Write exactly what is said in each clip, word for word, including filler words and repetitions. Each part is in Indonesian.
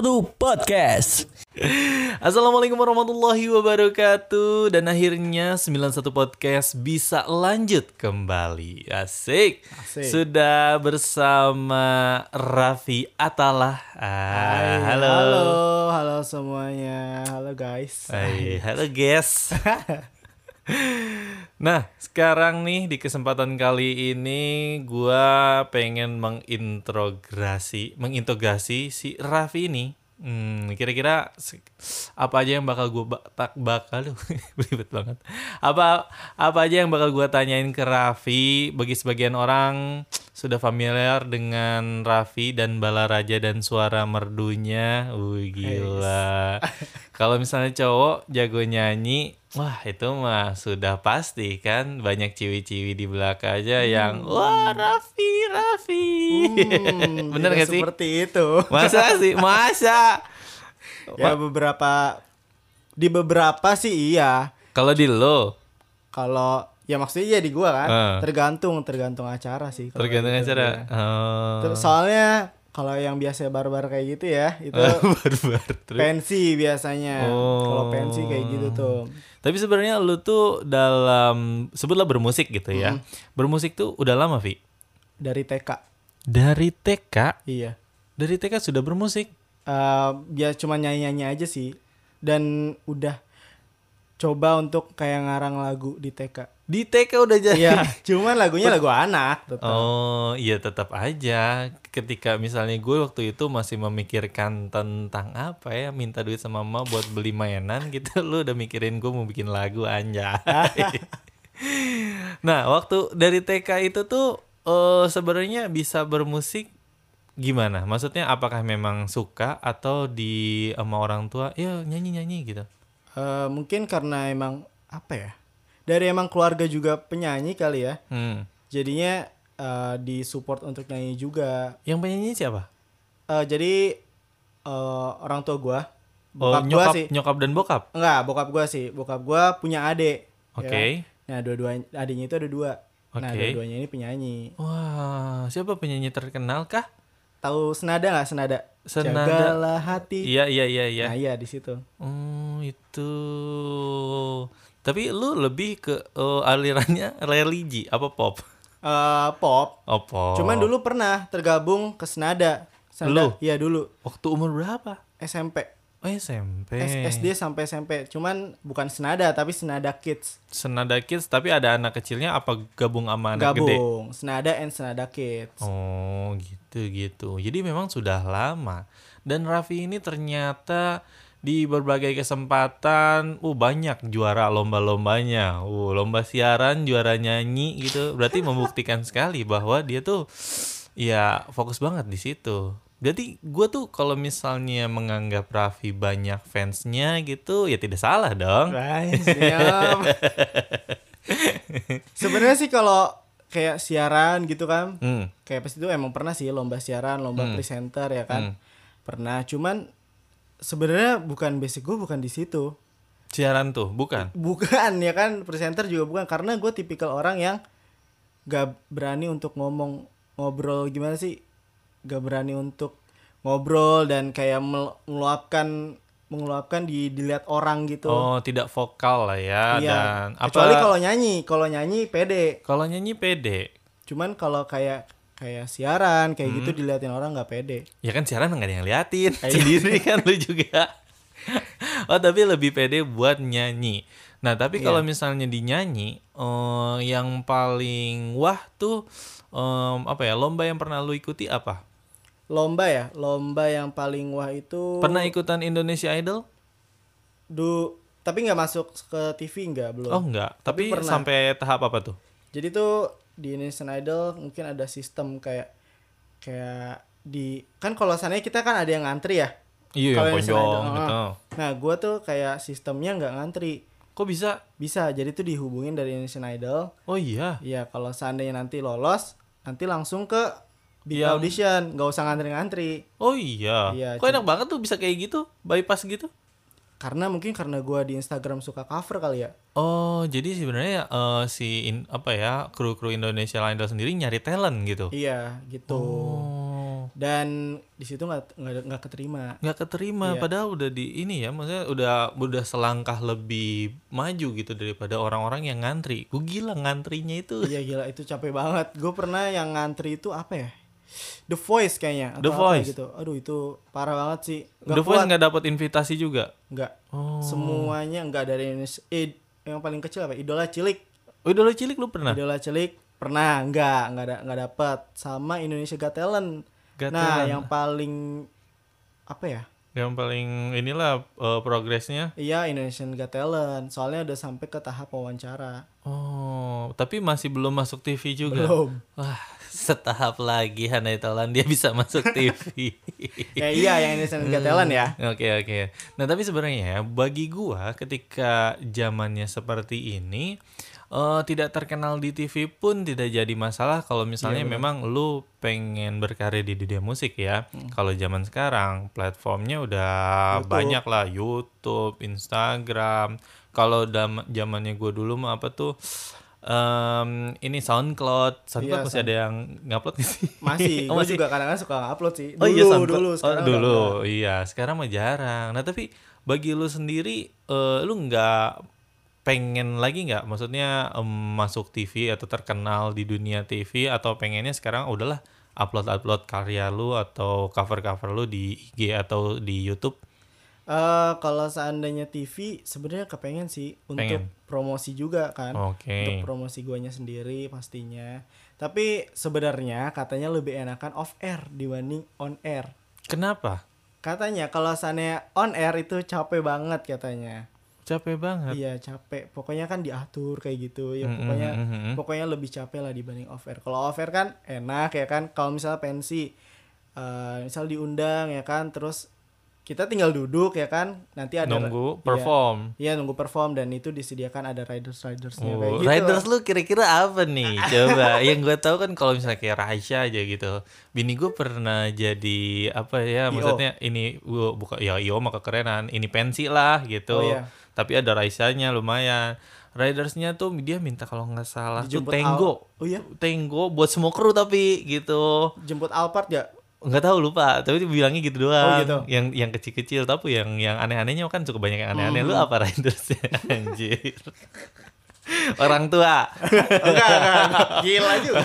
satu Podcast. Assalamualaikum warahmatullahi wabarakatuh. Dan akhirnya sembilan puluh satu Podcast bisa lanjut kembali. Asik, Asik. Sudah bersama Raffi Atalah. ah, Hai, Halo halo, halo semuanya, halo guys. Hai, halo guys. Nah, sekarang nih di kesempatan kali ini gua pengen mengintegrasi, mengintegrasi si Raffi ini. Hmm, kira-kira se- apa aja yang bakal gua ba- tak bakal lu belibet banget. Apa apa aja yang bakal gua tanyain ke Raffi. Bagi sebagian orang sudah familiar dengan Raffi dan Bala Raja dan suara merdunya. Wih, gila. Kalau misalnya cowok jago nyanyi, wah itu mah sudah pasti kan. Banyak ciwi-ciwi di belakang aja yang wah Raffi, Raffi. Hmm, Bener tidak gak sih? Seperti itu. Masa sih? Masa? Ya beberapa, di beberapa sih iya. Kalau di lo, Kalau ya maksudnya iya di gua kan. Ah. Tergantung, tergantung acara sih. kalau tergantung kayak gitu, acara. ya. Oh. Terus soalnya kalau yang biasa barbar kayak gitu ya, itu Barbar terus. pensi biasanya. Oh. Kalau pensi kayak gitu tuh. Tapi sebenarnya lu tuh dalam sebutlah bermusik gitu ya. Bermusik tuh udah lama, Vi? Dari T K. Dari T K? Iya. Dari T K sudah bermusik? Eh ya cuma nyanyi-nyanyi aja sih. Dan udah coba untuk kayak ngarang lagu di T K. Di T K udah jadi. Iya, cuman lagunya lagu anak tetap. Oh, iya tetap aja. Ketika misalnya gue waktu itu masih memikirkan tentang apa ya, minta duit sama mama buat beli mainan gitu, lu udah mikirin gue mau bikin lagu anjay. Nah, waktu dari T K itu tuh eh, sebenarnya bisa bermusik gimana? Maksudnya apakah memang suka atau di sama orang tua, ya nyanyi-nyanyi gitu? Eh, mungkin karena emang apa ya? Dari emang keluarga juga penyanyi kali ya. Hmm. Jadinya eh, disupport untuk nyanyi juga. Yang penyanyi siapa? Eh, jadi eh, orang tua gua, Oh, bokap gua nyokap, sih. nyokap dan bokap. Enggak, bokap gua sih. Bokap gua punya adik. ya Oke. kan? Nah, dua-dua adiknya itu ada dua. Nah, Oke. dua-duanya ini penyanyi. Wah, siapa penyanyi terkenal kah? Tahu Senada nggak Senada? Senada. Jagalah hati. Iya, iya, iya, iya. Nah, iya di situ. Oh, itu. Tapi lu lebih ke eh, alirannya religi apa pop? Eh, pop. Oh, pop. Cuman dulu pernah tergabung ke Senada. Lu? Senada, iya dulu. Waktu umur berapa? S M P. Oh, S M P. S- SD sampai S M P. Cuman bukan Senada tapi Senada Kids. Senada Kids, tapi ada anak kecilnya apa gabung sama anak gede? Gabung. Senada and Senada Kids. Oh, gitu gitu. Jadi memang sudah lama. Dan Raffi ini ternyata di berbagai kesempatan, uh banyak juara lomba-lombanya. Uh, lomba siaran, juara nyanyi gitu. Berarti membuktikan sekali bahwa dia tuh ya fokus banget di situ. Berarti gue tuh kalau misalnya menganggap Raffi banyak fansnya gitu, ya tidak salah dong. Right, siap. Sebenarnya sih kalau kayak siaran gitu kan, Hmm. kayak pas itu emang pernah sih lomba siaran, lomba Hmm. presenter ya kan. Hmm. Pernah. Cuman sebenarnya bukan basic gue bukan di situ. Siaran tuh, bukan? Bukan ya kan, presenter juga bukan, karena gue tipikal orang yang gak berani untuk ngomong, ngobrol gimana sih, gak berani untuk ngobrol dan kayak mel- meluapkan mengeluapkan di dilihat orang gitu. Oh, tidak vokal lah ya. Iya. Dan Kecuali apa? kalau nyanyi, kalau nyanyi pede. Kalau nyanyi pede. Cuman kalau kayak kayak siaran kayak Hmm. gitu diliatin orang nggak pede. Ya kan siaran nggak ada yang liatin. Iya. Sendiri kan lu juga. Oh, tapi lebih pede buat nyanyi. Nah, tapi kalau Iya. misalnya dinyanyi, eh, yang paling wah tuh em, apa ya? Lomba yang pernah lu ikuti apa? Lomba ya, lomba yang paling wah itu Pernah ikutan Indonesia Idol? du tapi nggak masuk ke T V nggak belum. Oh, enggak. Tapi Tapi, pernah. sampai tahap apa tuh? Jadi tuh di Indonesian Idol mungkin ada sistem kayak kayak di kan kalau sananya kita kan ada yang ngantri ya. Iya, Kalau yang Indonesian ponjong Idol, gitu. heeh. Nah, gua tuh kayak sistemnya nggak ngantri. Kok bisa? Bisa, jadi tuh dihubungin dari Indonesian Idol. Oh iya. Iya, kalau seandainya nanti lolos, nanti langsung ke big Yang- audition, nggak usah ngantri-ngantri. Oh iya. Iya, Kok enak banget tuh bisa kayak gitu? Bypass gitu? Karena mungkin karena gua di Instagram suka cover kali ya. Oh, jadi sebenarnya eh, si in- apa ya, kru-kru Indonesia Idol sendiri nyari talent gitu. Iya, gitu. Oh. Dan di situ nggak nggak nggak keterima. Nggak keterima, Iya. padahal udah di ini ya, maksudnya udah udah selangkah lebih maju gitu daripada orang-orang yang ngantri. Gue gila ngantrinya itu. Iya gila itu capek banget. Gue pernah yang ngantri itu apa ya? The Voice kayaknya The atau apa Voice. gitu. Aduh itu parah banget sih. The Voice nggak dapat invitasi juga. Nggak. Oh. Semuanya nggak dari Indonesia. Eh, yang paling kecil apa? Idola Cilik. Oh, Idola Cilik lu pernah? Idola Cilik pernah nggak nggak ada nggak dapet. Sama Indonesia Got Talent. Got Nah Talent. yang paling apa ya? Yang paling inilah eh, progresnya. Iya Indonesian Got Talent. Soalnya udah sampai ke tahap wawancara. Oh, tapi masih belum masuk T V juga. Belum. Wah, setahap lagi Hanai Tolan dia bisa masuk T V. Ya iya yang Indonesian Got Talent ya. Oke oke. Nah tapi sebenarnya ya, bagi gua ketika zamannya seperti ini eh, tidak terkenal di T V pun tidak jadi masalah kalau misalnya Iya, benar. memang lu pengen berkarir di dunia musik ya. Kalau zaman sekarang platformnya udah YouTube. banyak lah, YouTube, Instagram. Kalau dam- zamannya gua dulu mah apa tuh? Em, ini SoundCloud, SoundCloud Iya, masih ada yang ngupload nggak sih? Masih, Oh, gue juga kadang-kadang suka upload sih. Dulu, Oh iya SoundCloud. dulu, Oh, sekarang dulu. udah enggak. Iya, sekarang mah jarang. Nah, tapi bagi lu sendiri eh, lu nggak pengen lagi nggak maksudnya em, masuk T V atau terkenal di dunia T V atau pengennya sekarang udahlah upload-upload karya lu atau cover-cover lu di I G atau di YouTube? Eh, kalau seandainya T V sebenarnya kepengen sih untuk Pengen. promosi juga kan. Oke. Untuk promosi guanya sendiri pastinya. Tapi sebenarnya katanya lebih enakan off air dibanding on air. Kenapa? Katanya kalau seandainya on air itu capek banget katanya. Capek banget. Iya capek. Pokoknya kan diatur kayak gitu. Ya Mm, pokoknya mm, mm, mm. pokoknya lebih capek lah dibanding off air. Kalau off air kan enak ya kan. Kalau misalnya pensi eh misal diundang ya kan, terus kita tinggal duduk ya kan. Nanti ada Nunggu iya. perform. Iya nunggu perform dan itu disediakan ada riders ridersnya kayak Oh, gitu. Riders lu kira-kira apa nih? Coba. Yang gue tahu kan kalau misalnya kayak Raisya aja gitu. Bini gue pernah jadi apa ya? I O. Maksudnya ini gua buka ya I O mah kekerenan. Ini pensi lah gitu. Oh, iya. Tapi ada Raisyanya lumayan. Ridersnya tuh dia minta kalau nggak salah Dijemput tuh Tenggo. Al- oh iya. Tenggo buat semua kru tapi gitu. Jemput Alphard ya. Nggak tahu lupa, tapi dia bilangnya gitu doang. Oh, gitu. Yang yang kecil-kecil tapi yang yang aneh-anehnya kan cukup banyak yang aneh-aneh. Lu apa Ridersnya anjir? Orang tua. enggak, enggak, enggak. Gila juga.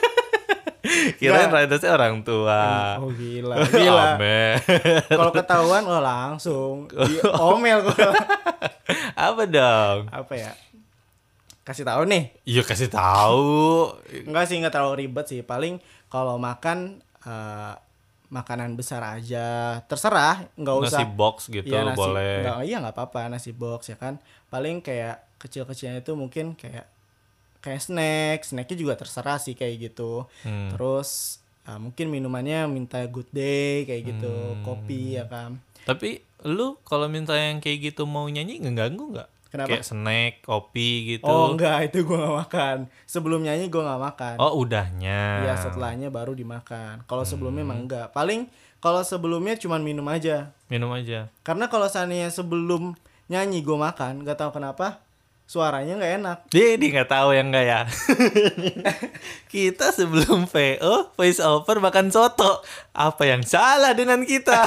Kirain Nggak. ridersnya orang tua. Oh gila. Gila. Amer. Kalau ketahuan oh langsung diomel gua. Apa dong? Apa ya? Kasih tahu nih. Iya kasih tahu. Enggak sih, enggak terlalu ribet sih. Paling kalau makan eh, makanan besar aja. Terserah, enggak usah. Nasi box gitu Iya, nasi, boleh. Enggak, iya enggak apa-apa nasi box ya kan. Paling kayak kecil-kecilnya itu mungkin kayak kayak snack, snacknya juga terserah sih kayak gitu. Hmm. Terus eh, mungkin minumannya minta good day kayak gitu, Hmm. kopi ya kan. Tapi lu kalau minta yang kayak gitu mau nyanyi ngeganggu nggak? Kenapa? Kayak snack, kopi gitu. Oh enggak, itu gua nggak makan. Sebelum nyanyi gua nggak makan. Oh, udahnya. Iya, setelahnya baru dimakan. Kalau sebelumnya Hmm. emang enggak. Paling kalau sebelumnya cuman minum aja. Minum aja. Karena kalau seandainya sebelum nyanyi gua makan, nggak tahu kenapa suaranya nggak enak. Dia dia nggak tahu yang enggak ya. Kita sebelum V O voice over makan soto. Apa yang salah dengan kita?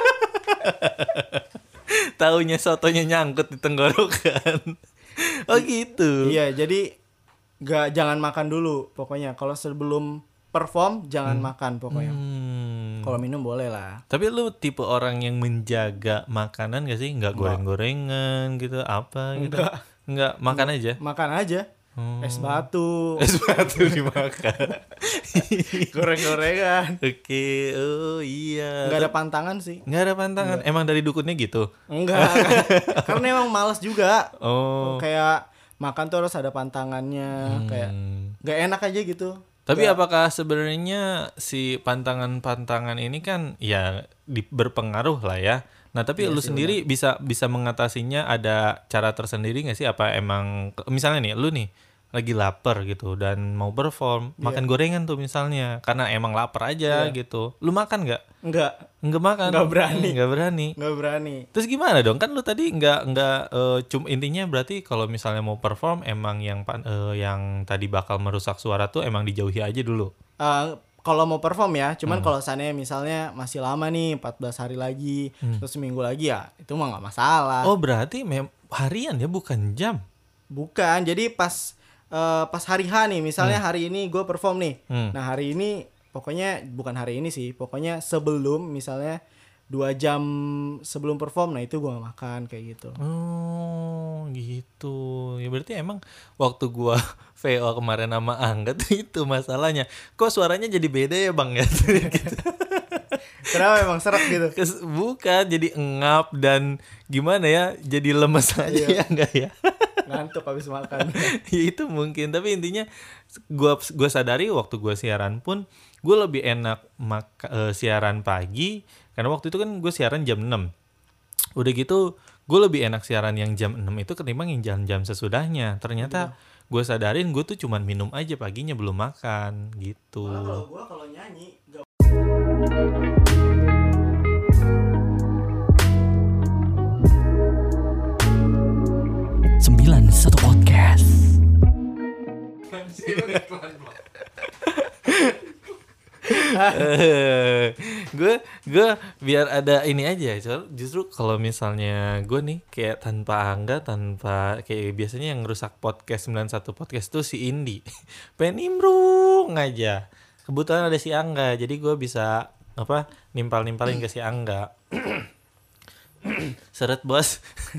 Taunya sotonya nyangkut di tenggorokan. Oh gitu. Iya, jadi nggak jangan makan dulu pokoknya. Kalau sebelum perform jangan makan pokoknya. Hmm. Kalau minum boleh lah. Tapi lu tipe orang yang menjaga makanan gak sih? Nggak goreng-gorengan gitu apa gitu? Enggak. Nggak, makan aja. Makan aja. Hmm. Es batu, Es batu dimakan. goreng-gorengan. Oke, oh iya. Nggak ada pantangan sih. Nggak ada pantangan. Emang dari dukunnya gitu? Enggak. Karena emang males juga. Oh. Kayak makan tuh harus ada pantangannya. Kayak Hmm. nggak enak aja gitu. Tapi Nggak- apakah sebenarnya si pantangan-pantangan ini kan ya di, berpengaruh lah ya. Nah, tapi Iya lu sih, sendiri bisa bisa mengatasinya, ada cara tersendiri nggak sih? Apa emang misalnya nih lu nih lagi lapar gitu dan mau perform, makan gorengan tuh misalnya karena emang lapar aja Iya. gitu. Lu makan nggak? Enggak. Nggak makan. Nggak berani. Nggak berani. Nggak berani. Terus gimana dong? Kan lu tadi nggak nggak eh, cum intinya berarti kalau misalnya mau perform emang yang pan- eh, yang tadi bakal merusak suara tuh emang dijauhi aja dulu. Eh, kalau mau perform ya, cuman Hmm. kalau seandainya misalnya masih lama nih empat belas hari lagi, Hmm. terus seminggu lagi ya, itu mah nggak masalah. Oh berarti mem harian ya bukan jam. Bukan, jadi pas eh, pas hari H nih, misalnya hari ini gue perform nih. Hmm. Nah hari ini pokoknya bukan hari ini sih, pokoknya sebelum misalnya dua jam sebelum perform, nah itu gue gak makan kayak gitu. Oh gitu. Ya berarti emang waktu gua V O kemarin sama Angga tuh itu masalahnya. Kok suaranya jadi beda ya Bang ya? Gitu. Kenapa emang serak gitu? Kes- Bukan jadi engap dan gimana ya? Jadi lemes aja Iya. ya enggak ya? Ngantuk habis makan. Ya itu mungkin, tapi intinya gua gua sadari waktu gua siaran pun gue lebih enak maka, eh, siaran pagi karena waktu itu kan gue siaran jam enam. Udah gitu gue lebih enak siaran yang jam enam itu ketimbang yang jam-jam sesudahnya. Ternyata gue sadarin gue tuh cuman minum aja paginya, belum makan gitu. Malah kalau gue kalau nyanyi gak... sembilan satu Podcast. gue gue biar ada ini aja. Soal justru kalau misalnya gue nih kayak tanpa Angga, tanpa kayak biasanya yang rusak podcast sembilan satu Podcast tuh si Indi. Pengen nimbrung aja. Kebetulan ada si Angga, jadi gue bisa apa nimpal-nimpalin ke si Angga. Seret bos.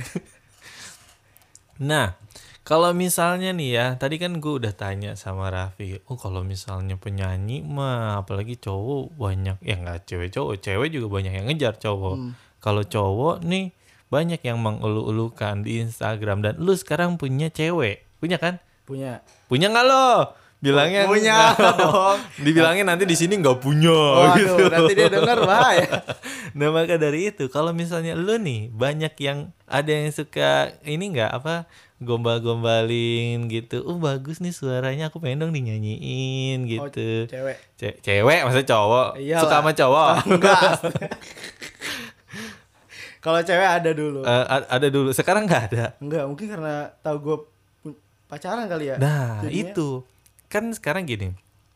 Nah, kalau misalnya nih ya, tadi kan gue udah tanya sama Raffi, oh kalau misalnya penyanyi mah, apalagi cowok banyak, ya nggak cewek cowok, cewek juga banyak yang ngejar cowok. Hmm. Kalau cowok nih banyak yang mengelu-elukan di Instagram, dan lu sekarang punya cewek, punya kan? Punya. Punya nggak lo? Bilangnya Punya nggak. dong. Dibilangin nanti di sini nggak punya. Waduh, gitu. nanti dia denger bahaya. Nah maka dari itu kalau misalnya lu nih banyak yang ada yang suka ini nggak apa gombal-gombalin gitu, oh bagus nih suaranya, aku pengen dong dinyanyiin Oh, gitu. cewek. Ce- cewek maksudnya cowok? Iyalah. Suka sama cowok? Enggak. Kalau cewek ada dulu. Eh, a- ada dulu, sekarang nggak ada. Enggak, mungkin karena tahu gue pacaran kali ya. Nah Jadinya- itu kan sekarang gini,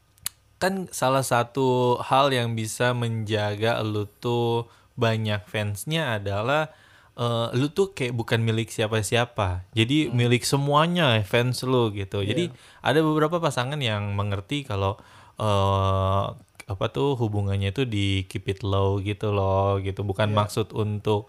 kan salah satu hal yang bisa menjaga lu tuh banyak fansnya adalah eh, lu tuh kayak bukan milik siapa-siapa, jadi milik semuanya fans lu gitu. Jadi ada beberapa pasangan yang mengerti kalau eh, apa tuh hubungannya itu di keep it low gitu loh, gitu, bukan Iya. maksud untuk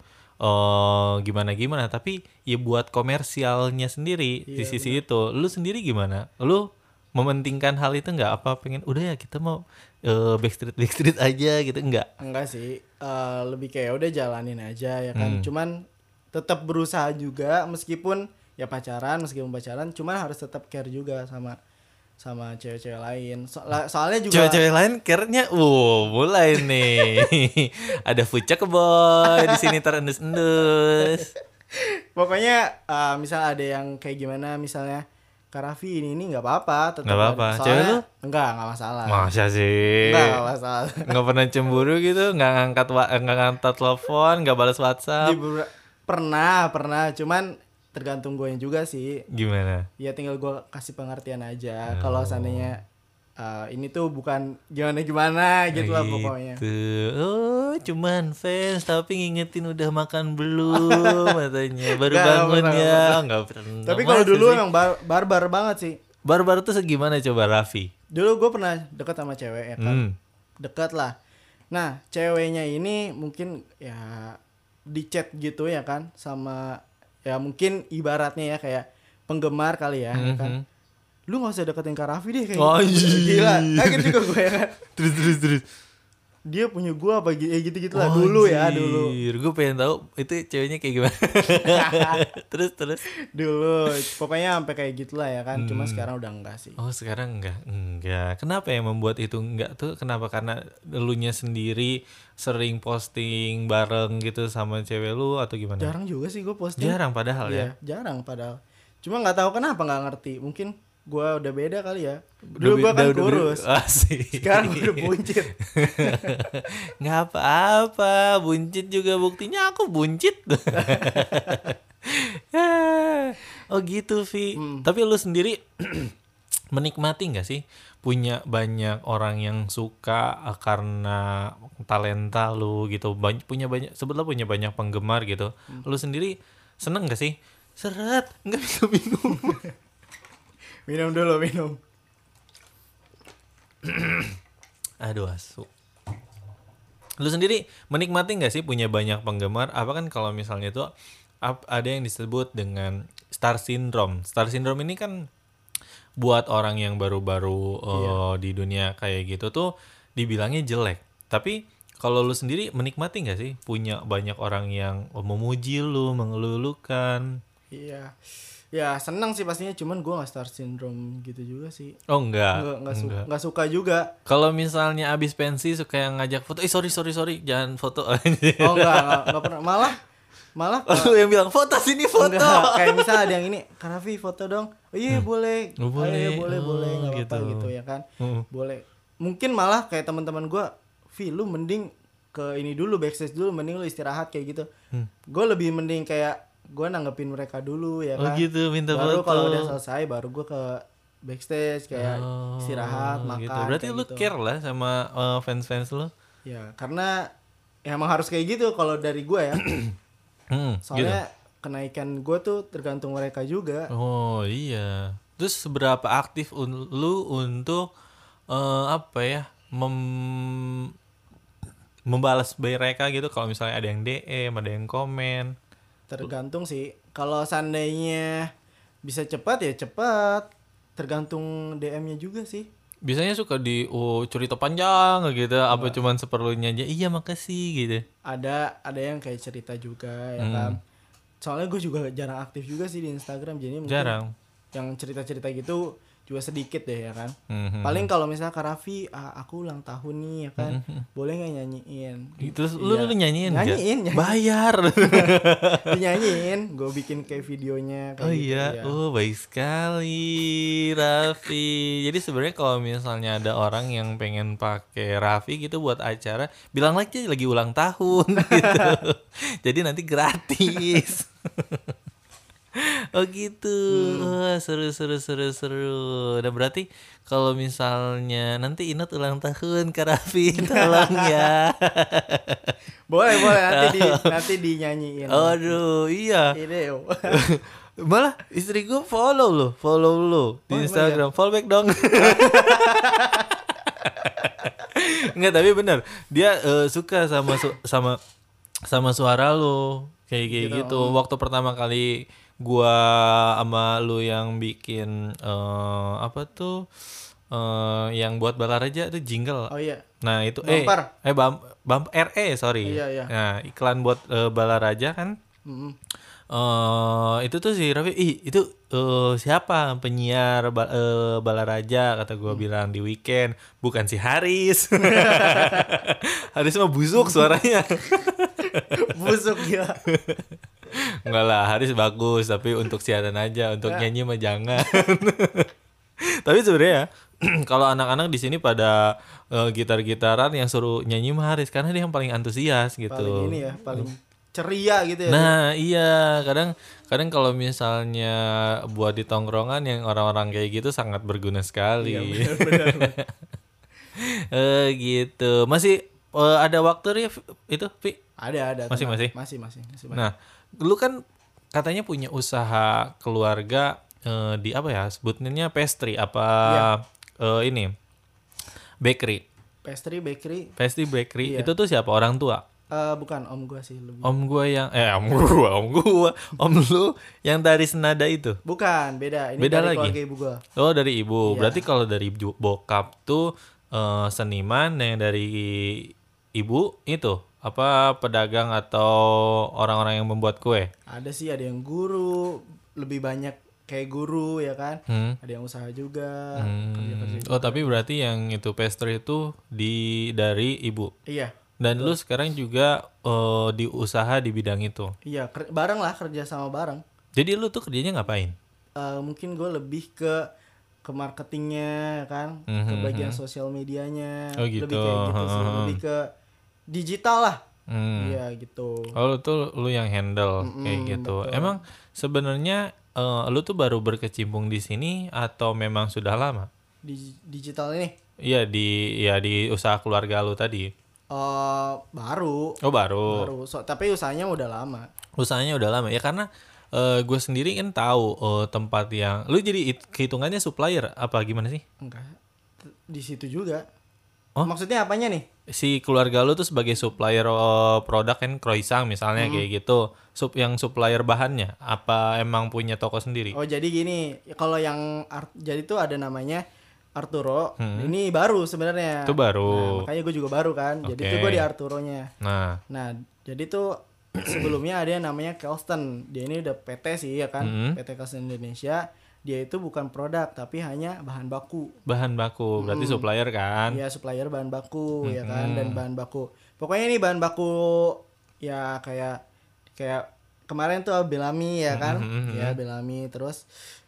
eh gimana gimana, tapi ya buat komersialnya sendiri di Iya, sisi itu. Lu sendiri gimana? Lu mementingkan hal itu nggak? Apa pengen udah ya kita mau eh, backstreet backstreet aja gitu, nggak? Enggak sih, eh, lebih kayak udah jalanin aja ya kan. Hmm. Cuman tetap berusaha juga meskipun ya pacaran, meskipun pacaran, cuman harus tetap care juga sama sama cewek-cewek lain. So- la- soalnya juga Cewek-cewek lain care-nya, wow, mulai nih. Ada fucek boy di sini terendus-endus. pokoknya eh, misal ada yang kayak gimana misalnya Kak Raffi ini ini nggak apa-apa, tetap Nggak apa-apa. ada. Cewek Soalnya- lu? Enggak, enggak masalah. Masa sih? Enggak, enggak masalah. Nggak pernah cemburu gitu, nggak ngangkat wa- nggak ngangkat telepon, nggak balas WhatsApp. Di beberapa- pernah, pernah, cuman tergantung gue juga sih. Gimana? Ya tinggal gue kasih pengertian aja. Oh. Kalau seandainya uh, ini tuh bukan gimana-gimana gitu lah pokoknya. Gitu. Oh, cuman fans tapi ngingetin udah makan belum katanya. Baru Nggak, bangun nggak pernah, ya. nggak Nggak pernah. Tapi kalau Masa dulu sih? emang bar- barbar banget sih. Barbar tuh segimana coba Raffi? Dulu gue pernah deket sama cewek ya kan. Hmm. Dekat lah. Nah, ceweknya ini mungkin ya di chat gitu ya kan sama ya mungkin ibaratnya ya kayak penggemar kali ya, ya kan. Mhm. Lu gak usah deketin Kak Raffi deh kayak Anjir. gitu. Gila, kaget juga gue ya kan. Terus terus terus. Dia punya gue apa gitu, gitu-gitu lah dulu ya dulu. Gue pengen tahu itu ceweknya kayak gimana. terus terus. Dulu pokoknya sampai kayak gitulah ya kan. Cuma Hmm. sekarang udah enggak sih. Oh sekarang enggak, enggak. Kenapa yang membuat itu enggak tuh? Kenapa? Karena elunya sendiri sering posting bareng gitu sama cewek lu atau gimana? Jarang juga sih gue posting. Jarang padahal Iya, ya. jarang padahal. Cuma nggak tahu kenapa nggak ngerti. Mungkin gue udah beda kali ya. Udah Dulu gue be- kan udah- udah- kurus. Asik. Sekarang gue udah buncit. Nggak apa-apa, buncit juga buktinya aku buncit. Oh gitu Vi. Hmm. Tapi lu sendiri menikmati nggak sih punya banyak orang yang suka uh, karena talenta lu gitu, banyak punya banyak sebetulnya punya banyak penggemar gitu. Hmm. Lu sendiri seneng nggak sih? Seret nggak bisa minum. Minum dulu minum. Aduh asu. Lu sendiri menikmati nggak sih punya banyak penggemar? Apa kan kalau misalnya itu ada yang disebut dengan star syndrome. Star syndrome ini kan buat orang yang baru-baru uh, iya. di dunia kayak gitu tuh dibilangnya jelek. Tapi kalau lu sendiri menikmati nggak sih punya banyak orang yang memuji lu, mengelulukan? Iya. Ya senang sih pastinya, cuman gue nggak star syndrome gitu juga sih. Oh enggak. Nggak nggak su- nggak suka juga. Kalau misalnya abis pensi suka yang ngajak foto, eh sorry sorry sorry jangan foto. Oh enggak enggak, enggak pernah. Malah malah lu yang bilang foto sini foto. Enggak, kayak misalnya ada yang ini, Kak Raffi foto dong. Oh iya hmm. boleh. Oh, boleh. Oh, iya, boleh oh, boleh nggak gitu. apa-apa gitu ya kan. Hmm. Boleh. Mungkin malah kayak teman-teman gue, Vi lu mending ke ini dulu backstage dulu, mending lu istirahat kayak gitu. Hmm. Gue lebih mending kayak gue nanggepin mereka dulu ya kan. Oh gitu, minta baru foto. Kalau udah selesai baru gue ke backstage kayak oh, istirahat, makan. Gitu. Berarti lu gitu. Care lah sama uh, fans-fans lu? Ya karena ya emang harus kayak gitu kalau dari gue ya. hmm, Soalnya gitu. Kenaikan gue tuh tergantung mereka juga. Oh iya. Terus seberapa aktif un- lu untuk uh, apa ya mem- membalas mereka gitu kalau misalnya ada yang D M, ada yang komen? Tergantung sih. Kalau seandainya bisa cepat ya cepat. Tergantung D M-nya juga sih. Biasanya suka di oh, cerita panjang gitu. Enggak. Apa cuman seperlunya aja. Iya makasih gitu. Ada ada yang kayak cerita juga ya hmm. kan. Soalnya gue juga jarang aktif juga sih di Instagram. Jadi mungkin jarang. Yang cerita-cerita gitu juga sedikit deh ya kan. Mm-hmm. Paling kalau misalnya Kak Raffi, ah, aku ulang tahun nih ya kan, mm-hmm. boleh nggak nyanyiin? Terus lu, ya. lu nyanyiin? Nyanyiin, nyanyiin. Bayar. Dinyanyiin, gue bikin kayak videonya. Kayak oh gitu, iya, ya. oh baik sekali Raffi. Jadi sebenarnya kalau misalnya ada orang yang pengen pakai Raffi gitu buat acara, bilang lagi lagi ulang tahun gitu. Jadi nanti gratis. Oh gitu, hmm. Wah, seru seru seru seru. Dan berarti kalau misalnya nanti Inut ulang tahun Kak Raffi, tolong ya. Boleh boleh nanti di nanti dinyanyiin. Aduh iya. Ide. Malah istri gue follow lo, follow lo di oh, Instagram, ya? Follow back dong. Enggak tapi benar, dia uh, suka sama su- sama sama suara lo kayak kayak gitu. gitu. Waktu pertama kali gua sama lu yang bikin uh, apa tuh uh, yang buat Balaraja itu jingle. Oh iya. Nah itu Bumper. eh eh bam bam R E sorry. Iya, iya. Nah iklan buat uh, Balaraja kan. Mm-hmm. Uh, itu tuh si Raffi, ih itu uh, siapa penyiar ba- uh, Balaraja kata gua hmm. bilang di Weekend, bukan si Haris. Haris mah busuk suaranya. Busuk gila. Enggak lah, Haris bagus tapi untuk siaran aja, untuk ya. Nyanyi mah jangan. Tapi sebenarnya kalau anak-anak di sini pada uh, gitar-gitaran yang suruh nyanyi mah Haris karena dia yang paling antusias gitu. Paling ini ya, paling ceria gitu ya. Nah, dia. Iya, kadang kadang kalau misalnya buat di tongkrongan yang orang-orang kayak gitu sangat berguna sekali. Iya, benar-benar. Eh gitu. Masih uh, ada waktu ya itu, Vi? Ada, ada. Masih, masih. Masih, masih, masih. Nah, lu kan katanya punya usaha keluarga uh, di apa ya sebutnya pastry apa ya. uh, ini bakery pastry bakery pastry bakery iya. Itu tuh siapa orang tua? Uh, bukan om gua sih lebih. Om gua yang eh om gua om gua om lu yang dari Senada itu? Bukan, beda. Ini beda dari lagi. Keluarga ibu gua. Oh dari ibu. Iya. Berarti kalau dari bokap tuh uh, seniman, yang dari ibu itu apa pedagang atau orang-orang yang membuat kue? Ada sih, ada yang guru, lebih banyak kayak guru ya kan. Hmm. Ada yang usaha juga. Hmm. Kerja-kerja juga. Oh tapi berarti yang itu pastry itu di dari ibu. Iya. Dan betul. Lu sekarang juga uh, di usaha di bidang itu. Iya, ker- bareng lah, kerja sama bareng. Jadi lu tuh kerjanya ngapain? Uh, mungkin gue lebih ke ke marketingnya kan, mm-hmm. ke bagian sosial medianya. Oh gitu. Lebih kayak gitu sih, lebih ke digital lah. Iya hmm. gitu. Oh lu tuh lu yang handle mm-mm, kayak gitu. Betul. Emang sebenarnya uh, lu tuh baru berkecimpung di sini atau memang sudah lama? Di digital ini. Iya di ya di usaha keluarga lu tadi. Uh, baru. Oh baru. Baru. So, tapi usahanya udah lama. Usahanya udah lama ya karena uh, gue sendiri kan tahu uh, tempat yang lu jadi it, kehitungannya supplier apa gimana sih? Enggak. Di situ juga. Oh? Maksudnya apanya nih? Si keluarga lu tuh sebagai supplier uh, produk kan croissant misalnya hmm. kayak gitu. Sup yang supplier bahannya apa emang punya toko sendiri? Oh, jadi gini, kalau yang art, jadi tuh ada namanya Arturo. Hmm. Ini baru sebenarnya. Itu baru. Nah, makanya gue juga baru kan. Okay. Jadi tuh gue di Arturonya. Nah. Nah, jadi tuh sebelumnya ada yang namanya Kelston. Dia ini udah P T sih ya kan, hmm. P T Kelston Indonesia. Dia itu bukan produk tapi hanya bahan baku. Bahan baku, berarti hmm. supplier kan? Iya, supplier bahan baku hmm. ya kan, dan bahan baku. Pokoknya ini bahan baku ya kayak kayak kemarin tuh Bellamy ya kan? Hmm. Ya Bellamy, terus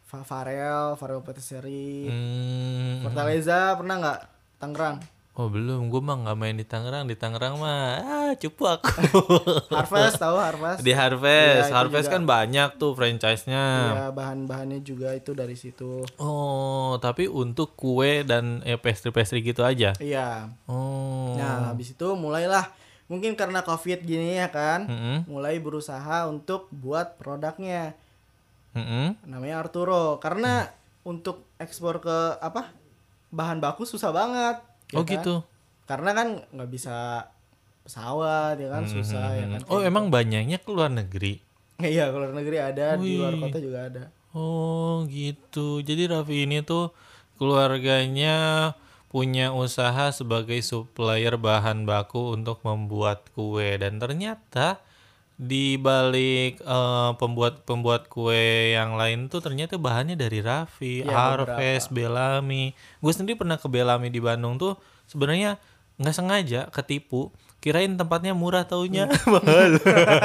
Farel, Farel Patisserie. Hmm. Fortaleza pernah nggak? Tangerang. Oh belum, gue mah nggak main di Tangerang. Di Tangerang mah ah cupu aku. Harvest tahu Harvest? Di Harvest, ya, Harvest juga kan banyak tuh franchise-nya. Iya, bahan-bahannya juga itu dari situ. Oh, tapi untuk kue dan eh, pastry-pastry gitu aja? Iya. Oh. Nah, habis itu mulailah mungkin karena COVID gini ya kan, mm-hmm. mulai berusaha untuk buat produknya. Mm-hmm. Namanya Arturo. Karena mm. untuk ekspor ke apa? Bahan baku susah banget. Ya oh kan? gitu. Karena kan nggak bisa pesawat ya kan, susah hmm. ya kan. Oh gitu. Emang banyaknya ke luar negeri? Iya, ke luar negeri ada, Wih. Di luar kota juga ada. Oh gitu. Jadi Raffi ini tuh keluarganya punya usaha sebagai supplier bahan baku untuk membuat kue, dan ternyata di balik uh, pembuat pembuat kue yang lain tuh ternyata bahannya dari Raffi, ya, Harvest, Bellamy. Gue sendiri pernah ke Bellamy di Bandung tuh sebenarnya nggak sengaja ketipu, kirain tempatnya murah taunya mahal.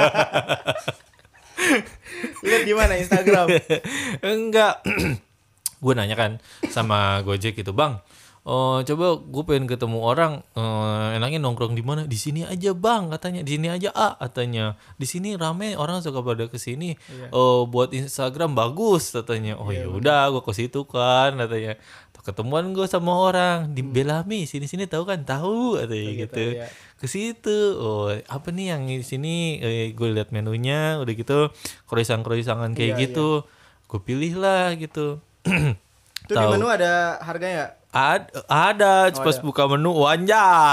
Lihat di mana Instagram? Enggak. Gue nanya kan sama Gojek gitu, Bang. Oh, coba gue pengen ketemu orang, uh, enaknya nongkrong di mana? Di sini aja bang, katanya. Di sini aja ah, katanya. Di sini rame, orang suka pada kesini. Iya. Oh, buat Instagram bagus, katanya. Oh iya, ya udah, gue ke situ kan, katanya. Ketemuan gue sama orang di hmm. Bellamy, sini-sini tahu kan? Tahu, katanya oh, gitu. Ya. Ke situ. Oh, apa nih yang di sini? Eh, gue lihat menunya, udah gitu, croissant-croissantan kayak iya, gitu. Iya. Gue pilih lah gitu. Itu di menu ada harganya nggak? Ad, ada, oh, pas ya. Buka menu wanja.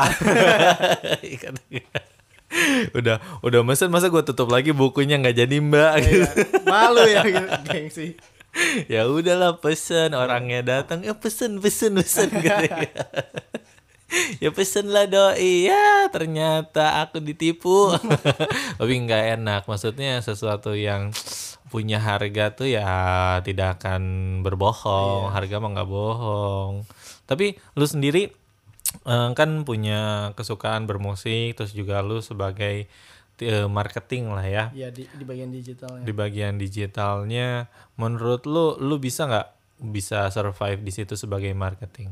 udah udah mesen, masa gue tutup lagi bukunya nggak jadi mbak. Ya, gitu. Ya. Malu ya gengsi. Ya udahlah pesen, orangnya datang ya pesen pesen pesen gitu. Ya pesen lah doi, ya ternyata aku ditipu. Tapi nggak enak, maksudnya sesuatu yang punya harga tuh ya tidak akan berbohong. Iya. Harga mah nggak bohong. Tapi lu sendiri uh, kan punya kesukaan bermusik, terus juga lu sebagai uh, marketing lah ya. Iya, di, di bagian digitalnya. Di bagian digitalnya, menurut lu lu bisa nggak bisa survive di situ sebagai marketing?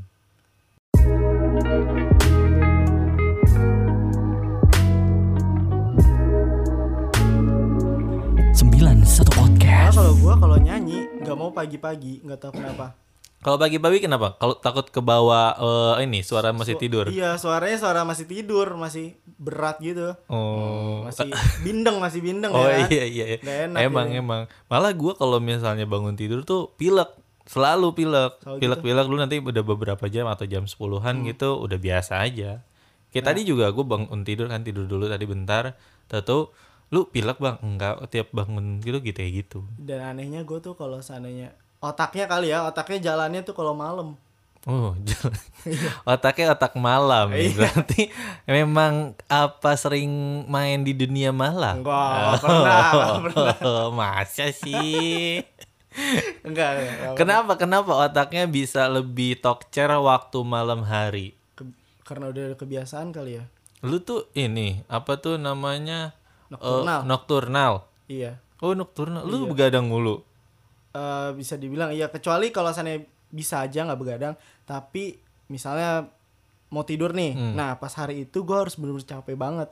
Satu podcast. Nah, kalau gue kalau nyanyi nggak mau pagi-pagi, nggak tahu kenapa. Kalau pagi-pagi kenapa? Kalau takut ke bawah uh, ini suara masih Su- tidur. Iya, suaranya suara masih tidur, masih berat gitu. Oh, masih bindeng, masih bindeng oh, ya. Oh iya iya. Gak enak. Emang ya. emang. Malah gue kalau misalnya bangun tidur tuh pilek, selalu pilek. So, pilek-pilek gitu? Lu nanti udah beberapa jam atau jam sepuluhan hmm. gitu udah biasa aja. Kayak nah. Tadi juga gue bangun tidur kan, tidur dulu tadi bentar. Tahu lu pilek bang? Enggak, tiap bangun gitu gitu ya gitu. Dan anehnya gue tuh kalau seandainya otaknya kali ya, otaknya jalannya tuh kalau malam. Oh, jalan. Otaknya otak malam. Ya. Berarti memang apa sering main di dunia malam? Enggak, oh, pernah, oh, pernah. Oh, masa sih? enggak, enggak. Kenapa? Kenapa otaknya bisa lebih tokcer waktu malam hari? Ke, karena udah kebiasaan kali ya. Lu tuh ini apa tuh namanya? Nocturnal. Uh, nocturnal. Iya. Oh, nocturnal. Lu iya. begadang mulu? Uh, bisa dibilang iya, kecuali kalau sana bisa aja nggak begadang. Tapi misalnya mau tidur nih, hmm. nah pas hari itu gue harus bener-bener capek banget.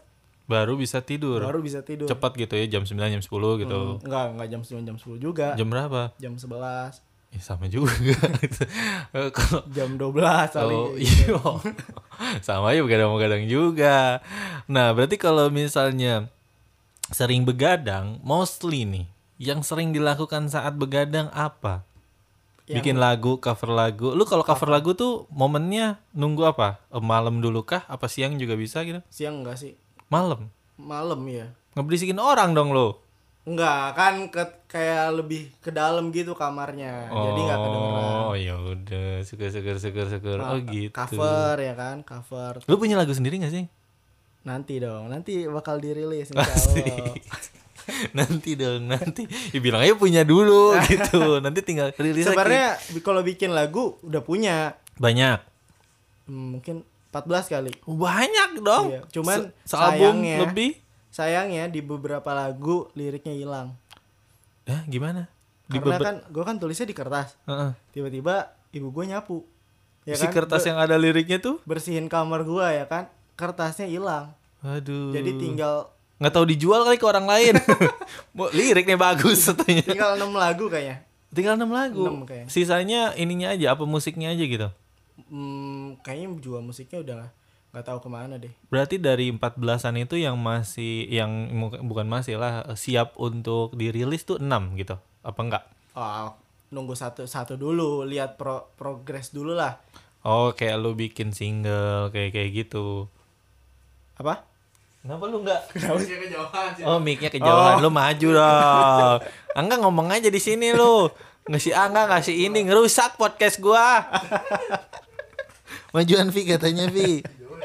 Baru bisa tidur. Baru bisa tidur. Cepat gitu ya, jam sembilan, jam sepuluh gitu. Hmm, enggak, enggak jam sembilan, jam sepuluh juga. Jam berapa? Jam sebelas. Ya, sama juga. Kalau Jam dua belas kali. oh, iya. Sama aja begadang-begadang juga. Nah, berarti kalau misalnya sering begadang, mostly nih, yang sering dilakukan saat begadang apa? Yang- Bikin lagu, cover lagu. Lu kalau cover lagu tuh momennya nunggu apa? Eh, Malam dulu kah? Apa siang juga bisa gitu? Siang enggak sih? Malam. Malam ya. Ngeberisikin orang dong lo. Enggak, kan ke, kayak lebih ke dalam gitu kamarnya. Jadi enggak kedengeran. Oh, ya udah, syukur-syukur syukur-syukur. Oh, gitu. Cover ya kan, cover. Lu punya lagu sendiri gak sih? Nanti dong, nanti bakal dirilis insya Asik. Allah. Nanti dong, nanti. Ya bilang aja punya dulu gitu. Nanti tinggal rilis lagi. Sebenarnya bi- kalau bikin lagu udah punya. Banyak. Hmm, mungkin empat belas kali. Banyak dong. Iya, cuman Se- sealbum sayangnya- lebih. Sayangnya di beberapa lagu liriknya hilang. Eh, gimana? Di Karena beber- kan gue kan tulisnya di kertas. Heeh. Tiba-tiba ibu gue nyapu. Ya Si kan? kertas Be- yang ada liriknya tuh. bersihin kamar gue ya kan. Kertasnya hilang. Aduh. Jadi tinggal nggak tahu dijual kali ke orang lain. Mau liriknya bagus katanya. tinggal enam lagu kayaknya. Tinggal enam lagu. Enam kayaknya. Sisanya ininya aja, apa musiknya aja gitu. Hmm, kayaknya jual musiknya udah nggak tahu kemana deh. Berarti dari empat belasan itu yang masih yang mu- bukan masih lah siap untuk dirilis tuh enam gitu. Apa enggak? Oh, nunggu satu satu dulu, lihat pro, progres dulu lah. Oh, kayak lu bikin single kayak kayak gitu. Apa? Kenapa lu enggak? Kenapa sih kejauhan sih? Oh, mic-nya kejauhan. Lu maju dong. Angga ngomong aja di sini lu. Ngasih Angga ngasih ini ngerusak podcast gua. Majuan Vi katanya Vi.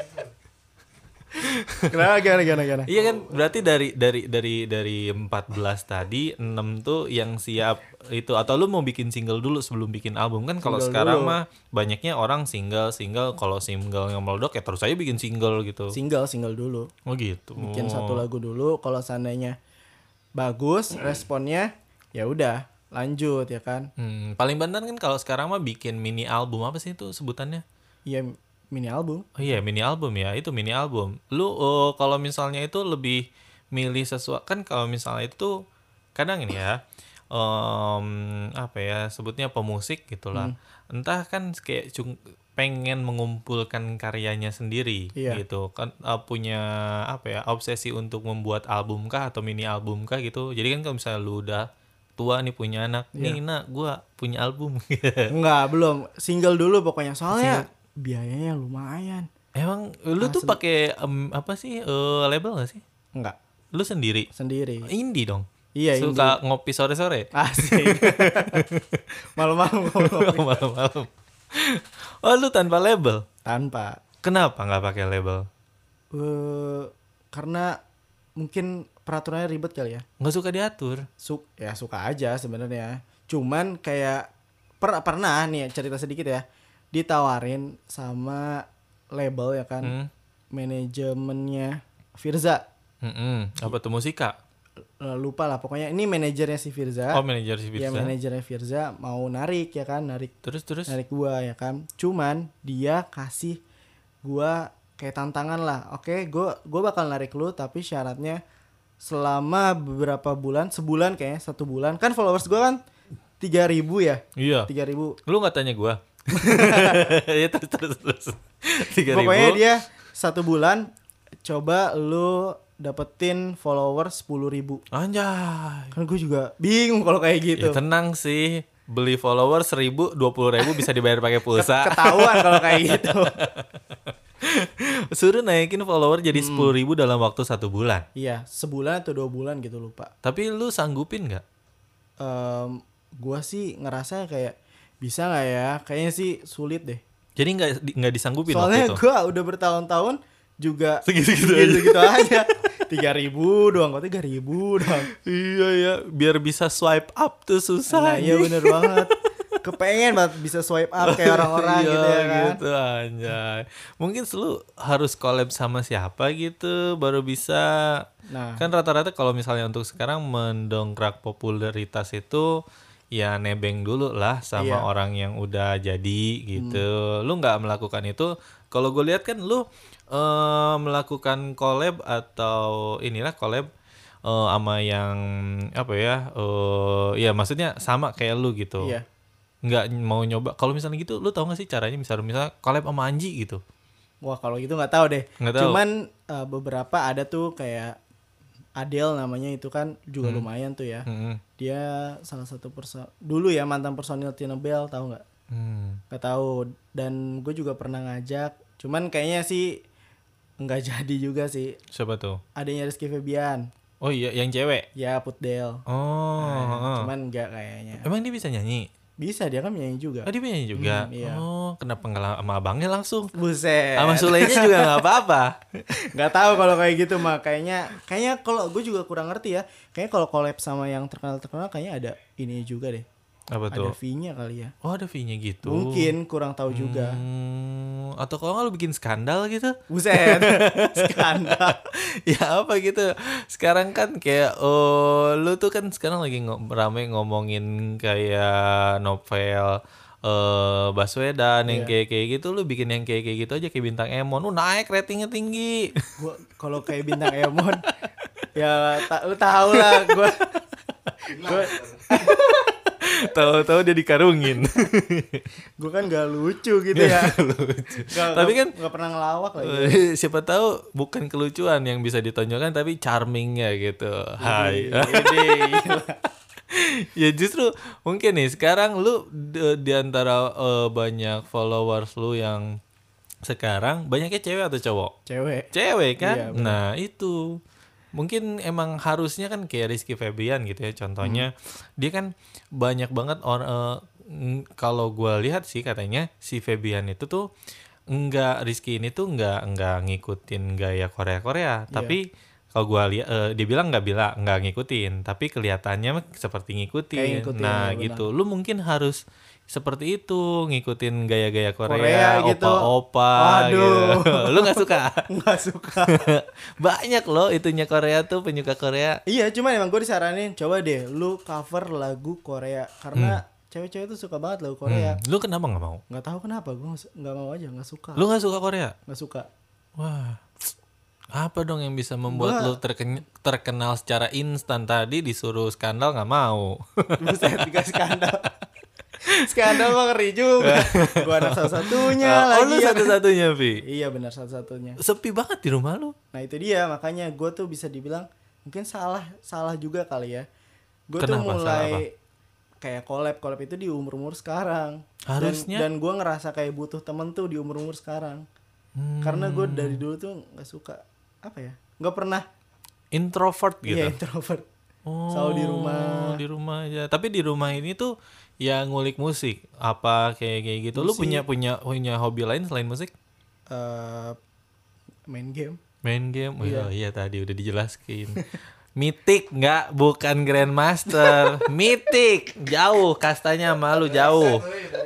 Kenapa gimana gimana gimana? Iya kan, berarti dari dari dari dari empat belas tadi enam tuh yang siap itu, atau lu mau bikin single dulu sebelum bikin album kan? Kalau Single sekarang dulu. mah banyaknya orang single single kalau single yang meledak ya terus aja bikin single gitu. Single single dulu. Oh gitu. Bikin satu lagu dulu, kalau seandainya bagus responnya ya udah lanjut ya kan. Hmm, paling benar kan kalau sekarang mah bikin mini album, apa sih itu sebutannya? Iya, mini album. Oh iya, mini album ya, itu mini album. Lu oh, kalau misalnya itu lebih milih sesuatu kan, kalau misalnya itu kadang ini ya, em, apa ya sebutnya, pemusik gitulah. Entah kan kayak cung- pengen mengumpulkan karyanya sendiri Iya. gitu kan, eh, punya apa ya, obsesi untuk membuat album kah atau mini album kah gitu. Jadi kan kalau misalnya lu udah tua nih punya anak, nih nak gua punya album. Enggak, belum. Single dulu pokoknya. Soalnya biayanya lumayan. Emang lu tuh pakai em, apa sih, eh, label gak sih? Enggak, Lu sendiri? sendiri. Indie dong. Iya, Suka ngopi sore-sore. Asik. Malam-malam ngopi. Malam-malam. Oh, lu tanpa label? Tanpa. Kenapa nggak pakai label? Eh, karena mungkin peraturannya ribet kali ya. Nggak suka diatur. Suk ya suka aja sebenarnya. Cuman kayak per pernah nih cerita sedikit ya. Ditawarin sama label ya kan. Hmm. Manajemennya Firza. Mm-mm. Apa tuh, Musika? Eh, lupa lah pokoknya ini manajernya si Firza. Oh, manajer si Ya Firza. manajernya Firza mau narik ya kan, narik Terus terus. narik gua ya kan. Cuman dia kasih gua kayak tantangan lah. Oke, gua gua bakal narik lu tapi syaratnya selama beberapa bulan, sebulan kayaknya, satu bulan. Kan followers gua kan tiga ribu ya. Iya. tiga ribu. Lu nggak tanya gua? Ya terus terus terus. Tiga Pokoknya ribu. dia satu bulan coba lu dapetin followers sepuluh ribu. Anjay. Kan gue juga bingung kalau kayak gitu. Ya tenang sih. Beli follower seribu, dua puluh ribu bisa dibayar pakai pulsa. Ketahuan kalau kayak gitu. Suruh naikin follower jadi sepuluh ribu dalam waktu satu bulan. Iya, sebulan atau dua bulan gitu lupa. Tapi lu sanggupin nggak? Em, gua sih ngerasa kayak bisa nggak ya? Kayaknya sih sulit deh. Jadi nggak di- nggak disanggupin Soalnya waktu itu? gua udah bertahun-tahun juga Segitu-gitu gitu aja. Tiga ribu doang, kok tiga ribu doang. Iya ya, biar bisa swipe up tuh susah. Nah iya bener banget. Kepengen banget bisa swipe up kayak orang-orang Iya, gitu ya kan. gitu anjay. Mungkin lu harus collab sama siapa gitu baru bisa. Nah, Kan rata-rata kalau misalnya untuk sekarang mendongkrak popularitas itu ya nebeng dulu lah sama Iya. orang yang udah jadi gitu. Lu nggak melakukan itu, kalau gue lihat kan lu eh, melakukan collab atau inilah collab eh, sama yang apa ya? Eh ya maksudnya sama kayak lu gitu. Iya. Nggak mau nyoba. Kalau misalnya gitu, lu tau gak sih caranya misalnya misalnya collab sama Anji gitu? Wah kalau gitu nggak tahu deh. Nggak tahu. Cuman uh, beberapa ada tuh kayak Adele namanya itu kan juga lumayan tuh ya. Hmm. Dia salah satu perso dulu ya mantan personil Tina Bell, tahu nggak? Hmm. Nggak tahu. Dan gue juga pernah ngajak. Cuman kayaknya sih nggak jadi juga sih. Siapa tuh? Adanya Rizky Febian. Oh iya, yang cewek. Ya Putdel. Oh. heeh. Cuman nggak kayaknya. Emang dia bisa nyanyi? Bisa dia kan menyanyi juga. Oh dia penyanyi juga? Hmm, iya. Oh kenapa nggak sama abangnya langsung? Buset. Sama Sulenya juga nggak apa-apa? Nggak tahu kalau kayak gitu mah kayaknya kayaknya kalau gue juga kurang ngerti ya. Kayaknya kalau collab sama yang terkenal-terkenal kayaknya ada ini juga deh. Apa tuh? Ada fee-nya kali ya. Oh ada fee-nya gitu? Mungkin kurang tahu juga. Hmm, atau kalau nggak lu bikin skandal gitu? Buset. Skandal. Ya apa gitu. Sekarang kan kayak oh lu tuh kan sekarang lagi ngo- rame ngomongin kayak novel eh Baswedan yang Iya. kayak kayak gitu, lu bikin yang kayak kayak gitu aja kayak Bintang Emon, lu naik ratingnya tinggi. Gua kalau kayak bintang Emon ya ta- lu tahu lah gua. Gua Tahu-tahu dia dikarungin. gua kan gak lucu gitu ya. Gak, Tapi kan nggak pernah ngelawak lagi. Eh, siapa tahu bukan kelucuan yang bisa ditonjolkan tapi charmingnya gitu. Hai. Ini gila. Ya justru mungkin nih sekarang lu di, di antara eh, banyak followers lu yang sekarang banyaknya cewek atau cowok? Cewek. Cewek kan? Iya, benar. Nah, itu. Mungkin emang harusnya kan kayak Rizky Febian gitu ya. Contohnya dia kan banyak banget orang kalau gue lihat sih katanya si Febian itu tuh enggak, Rizky ini tuh enggak enggak ngikutin gaya Korea-Korea, tapi kalau gue lihat eh, dia bilang nggak bilang nggak ngikutin, tapi kelihatannya seperti ngikutin. Kayak ngikutin, Nah, ya, benar. gitu. Lu mungkin harus seperti itu, ngikutin gaya-gaya Korea, Korea gitu. opa-opa Waduh. gitu. Lu nggak suka? Nggak suka. Banyak loh itunya Korea tuh, penyuka Korea. Iya, cuman emang gue disaranin coba deh lu cover lagu Korea karena cewek-cewek tuh suka banget lagu Korea. Hmm, Lu kenapa nggak mau? Nggak tahu kenapa gue nggak mau aja, nggak suka. Lu nggak suka Korea? Nggak suka. Wah, apa dong yang bisa membuat Gua- lu terken- terkenal secara instan? Tadi disuruh skandal nggak mau. Buset, juga skandal. Skandal mah ngeri juga. Gue anak salah-satunya oh, lagi. lu ya. satu-satunya, Vi. Iya benar satu-satunya. Sepi banget di rumah lu. Nah itu dia makanya gue tuh bisa dibilang mungkin salah salah juga kali ya. Gue tuh Kenapa? Salah apa? mulai kayak collab collab itu di umur umur sekarang. Harusnya. Dan, dan gue ngerasa kayak butuh temen tuh di umur umur sekarang. Hmm, Karena gue dari dulu tuh nggak suka apa ya? Nggak pernah. introvert gitu. Iya introvert. Oh, Selalu di rumah. Di rumah aja. Tapi di rumah ini tuh ya ngulik musik apa kayak kayak gitu. Lu Musik. punya punya punya hobi lain selain musik? eh main game. Main game? Oh, Iya. iya tadi udah dijelaskin. Mythic nggak, bukan Grandmaster. Mythic jauh kastanya malu jauh.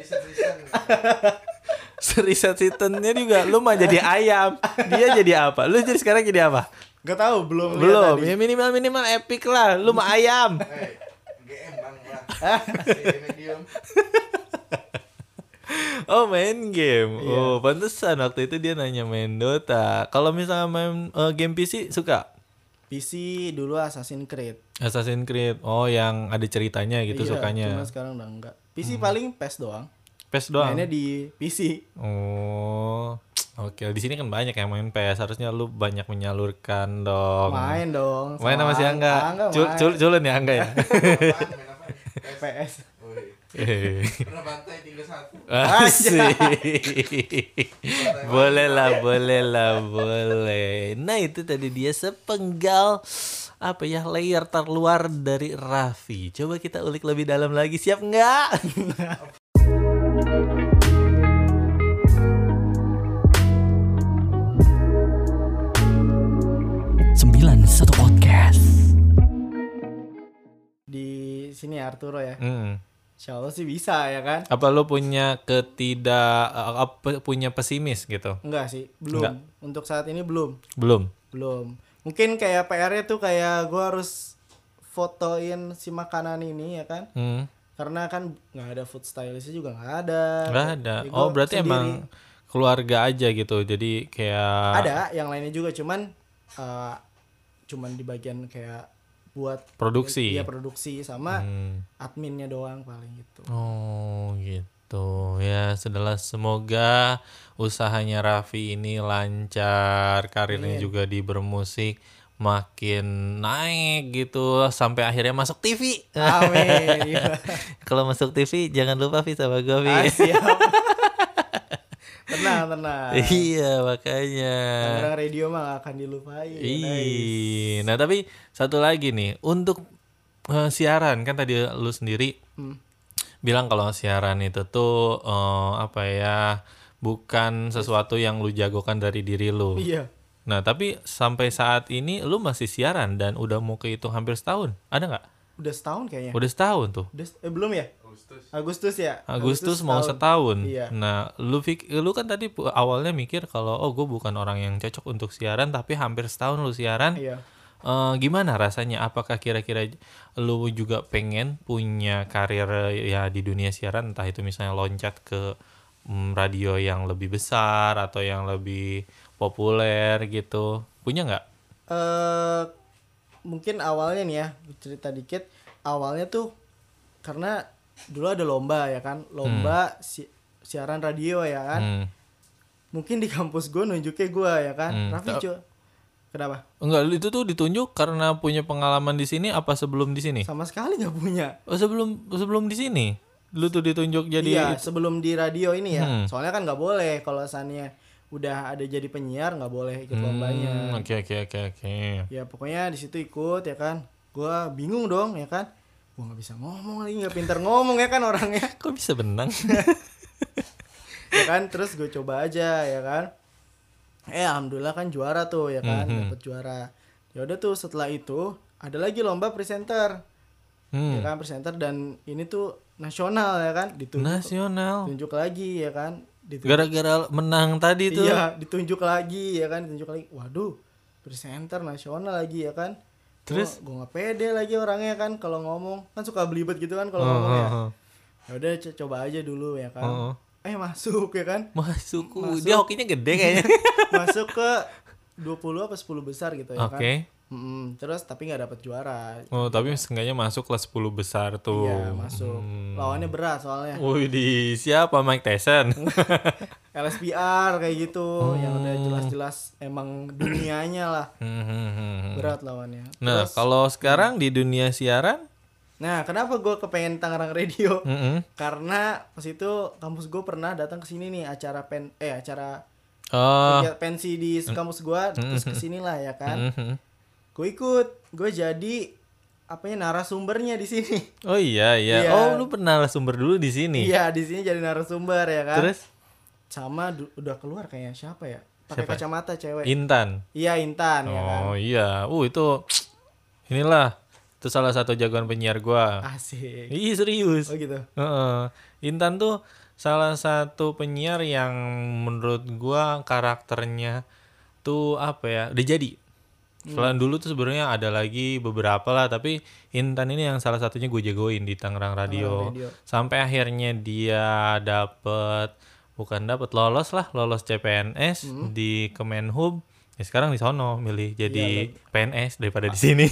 Seriset seasonnya juga lu mah jadi ayam, dia jadi apa? Lu jadi sekarang jadi apa? Gak tahu belum. lihat Belum, tadi. ya minimal minimal epic lah. Lu mah ayam. G M bang lah. Medium. Oh main game. Oh pantesan waktu itu dia nanya main Dota. Kalau misalnya main eh, game P C suka? P C dulu Assassin's Creed. Assassin's Creed. Oh yang ada ceritanya gitu Iya, sukanya. Cuma sekarang udah enggak. P C paling P E S doang. P E S doang. Mainnya di P C. Oh. Oke, di sini kan banyak yang main P E S. Harusnya lu banyak menyalurkan dong. Main dong. Main sama si Angga. Angga Cul, main. cul, culun ya Angga ya. Apaan, main apaan? P S. Woi, Eh. pernah bantai tiga satu. Asik. Boleh lah, boleh lah, boleh. Nah itu tadi dia sepenggal apa ya layer terluar dari Raffi. Coba kita ulik lebih dalam lagi. Siap nggak? sembilan satu Podcast. Di sini Arturo ya. Hmm. Insya Allah sih bisa ya kan? Apa lu punya ketidak apa punya pesimis gitu? Enggak sih, belum. Enggak. Untuk saat ini belum. Belum. Belum. Mungkin kayak P R-nya tuh kayak gue harus fotoin si makanan ini ya kan. Hmm. karena kan nggak ada food stylistnya juga nggak ada. Nggak ada. Ya, gua Oh berarti sendiri. emang keluarga aja gitu. Jadi kayak Ada yang lainnya juga, cuman uh, cuman di bagian kayak buat produksi. Iya produksi sama Hmm. adminnya doang paling gitu. Oh gitu ya, sudahlah, semoga usahanya Raffi ini lancar, karirnya Amin. juga di bermusik makin naik gitu sampai akhirnya masuk T V. Amin. Iya. Kalau masuk T V jangan lupa Vi sama gue Vi. Ah, siap. Tenang, tenang. Iya makanya. Orang radio mah gak akan dilupain. Iya. Nah tapi satu lagi nih untuk eh, siaran kan tadi lu sendiri Hmm. bilang kalau siaran itu tuh eh, apa ya, bukan sesuatu yang lu jagokan dari diri lu. Iya. Nah tapi sampai saat ini lu masih siaran dan udah mau kehitung hampir setahun, ada nggak? Udah setahun kayaknya. Udah setahun tuh. Udah eh, belum ya? Agustus. Agustus ya? Agustus mau setahun. Iya. Nah, lu fik- lu kan tadi pu- awalnya mikir kalau oh gue bukan orang yang cocok untuk siaran, tapi hampir setahun lu siaran. Iya. Eh, gimana rasanya? Apakah kira-kira lu juga pengen punya karir ya di dunia siaran, entah itu misalnya loncat ke mm, radio yang lebih besar atau yang lebih populer gitu? Punya nggak? Eh mungkin awalnya nih ya, cerita dikit. Awalnya tuh karena dulu ada lomba ya kan, lomba si- siaran radio ya kan. Hmm. Mungkin di kampus gue nunjuknya gue ya kan. Hmm. Raffi cu- Kenapa? Enggak, itu tuh ditunjuk karena punya pengalaman di sini apa sebelum di sini? Sama sekali nggak punya. Oh, sebelum sebelum di sini. Lu tuh ditunjuk jadi Iya, sebelum di radio ini ya. Hmm. Soalnya kan nggak boleh kalau asalnya udah ada jadi penyiar nggak boleh ikut Hmm, lombanya. Oke oke oke oke. Ya pokoknya di situ ikut ya kan. Gua bingung dong ya kan. Gua nggak bisa ngomong lagi, nggak pintar ngomong ya kan orangnya. Kok bisa benang? Ya kan, terus gue coba aja ya kan. Eh alhamdulillah kan juara tuh ya kan, Mhm. dapet juara. Ya udah tuh setelah itu ada lagi lomba presenter. Ya Hmm. kan presenter dan ini tuh nasional ya kan, ditunjuk Nasional. tunjuk lagi ya kan. Ditunjuk, Gara-gara menang tadi tuh. iya, ditunjuk lagi ya kan, ditunjuk lagi. Waduh, presenter nasional lagi ya kan. Terus? gue nggak pede lagi orangnya kan kalau ngomong, kan suka belibet gitu kan kalau Oh, ngomong ya. oh, oh. Ya udah co- coba aja dulu ya kan. Oh, oh. Eh masuk ya kan. Masuk. Masuk. Dia hokinya gede kayaknya. Masuk ke dua puluh apa sepuluh besar gitu ya Oke. kan. Mm-mm. Terus tapi nggak dapet juara. Oh, tapi seenggaknya masuk kelas sepuluh besar tuh. Iya masuk. Hmm. Lawannya berat soalnya. Wih, di siapa Mike Tyson? L S P R kayak gitu, yang udah Oh. jelas-jelas emang dunianya lah. Hmm, hmm, hmm, hmm. Berat lawannya. Nah, Terus, kalau sekarang di dunia siaran, nah kenapa gue kepengen Tangerang Radio? mm-mm. Karena pas itu kampus gue pernah datang ke sini nih acara pen eh acara Oh, kegiatan pensi di kampus gue, terus kesinilah ya kan. mhm. Gue ikut, gue jadi apanya narasumbernya di sini. Oh iya iya. Iya. Oh, lu pernah sumber dulu di sini. Iya di sini jadi narasumber ya kan. Terus Sama du- udah keluar kayaknya siapa ya? Pakai Siapa? kacamata cewek. Intan. Iya Intan ya kan. Oh iya. Uh itu inilah itu salah satu jagoan penyiar gua. Asik. Ih serius. Oh gitu. Heeh. Intan tuh salah satu penyiar yang menurut gua karakternya tuh apa ya? Udah jadi. Selain dulu tuh sebenarnya ada lagi beberapa lah, tapi Intan ini yang salah satunya gue jagoin di Tangerang Radio. Radio. Sampai akhirnya dia dapet bukan dapet lolos lah, lolos C P N S di Kemenhub. Ya sekarang di sono milih jadi P N S daripada di sini.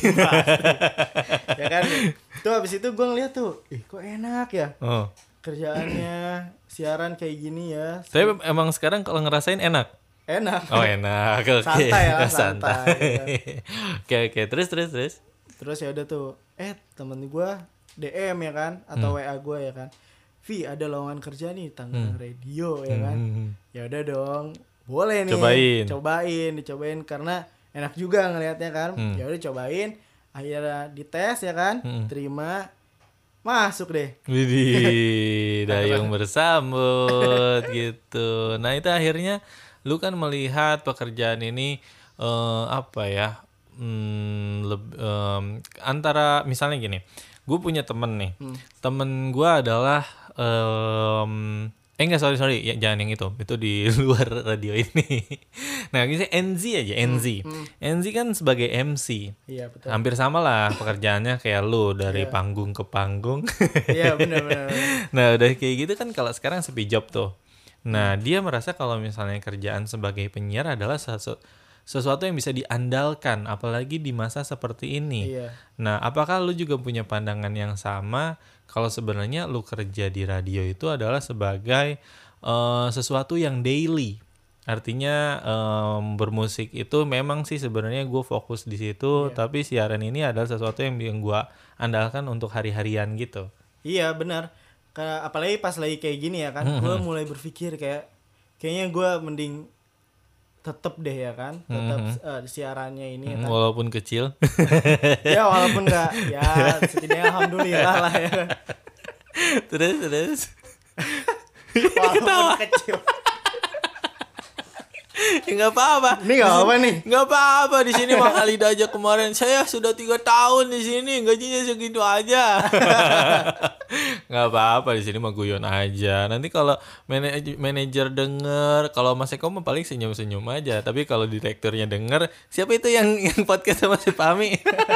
Ya kan. Tuh habis itu gue ngeliat tuh, ih kok enak ya Oh. kerjaannya siaran kayak gini ya. Tapi emang sekarang kalau ngerasain enak. Enak. Oh enak. Oke. Santai lah, Santai. santai, Oke oke. Terus terus terus. Terus ya udah tuh, eh temen gue D M ya kan, atau Hmm. W A gue ya kan, Vi ada lowongan kerja nih Tangerang Radio ya kan. Hmm. Ya udah dong, boleh nih. Cobain. Cobain, dicobain karena enak juga ngelihatnya kan. Hmm. Ya udah cobain, akhirnya dites ya kan, Hmm. terima, masuk deh. Widih, dayung bersambut gitu. Nah itu akhirnya lu kan melihat pekerjaan ini eh, apa ya? Hmm, leb- em, antara misalnya gini, gue punya temen nih, temen gue adalah em, Eh enggak, sorry sorry ya, jangan yang itu, itu di luar radio ini. Nah ini N Z aja, N Z. N Z kan sebagai M C. Iya betul. Hampir sama lah pekerjaannya kayak lu, dari Iya. panggung ke panggung. Iya benar-benar. Nah udah kayak gitu kan, kalau sekarang sepi job tuh. Nah dia merasa kalau misalnya kerjaan sebagai penyiar adalah sesu- sesuatu yang bisa diandalkan, apalagi di masa seperti ini. Iya. Nah apakah lu juga punya pandangan yang sama kalau sebenarnya lu kerja di radio itu adalah sebagai eh, sesuatu yang daily? Artinya em, bermusik itu memang sih sebenarnya gue fokus di situ, Iya. tapi siaran ini adalah sesuatu yang yang gue andalkan untuk hari-harian gitu. Iya benar. Karena apalagi pas lagi kayak gini ya kan, gue mulai berpikir kayak kayaknya gue mending tetep deh ya kan, tetap eh, siarannya ini ya Mm, kan. Walaupun kecil. Ya walaupun nggak, ya setidaknya alhamdulillah lah ya kan. terus terus. Walaupun kecil. Ya nggak apa-apa. Ini nggak apa nih. Nggak apa-apa, di sini Bang Khalid aja kemarin. Saya sudah tiga tahun di sini, gajinya segitu aja. Nggak apa-apa, di sini mah guyon aja. Nanti kalau manaj- manajer denger, kalau Mas Eko mah paling senyum-senyum aja. Tapi kalau direkturnya denger, siapa itu yang yang podcast sama si Pami?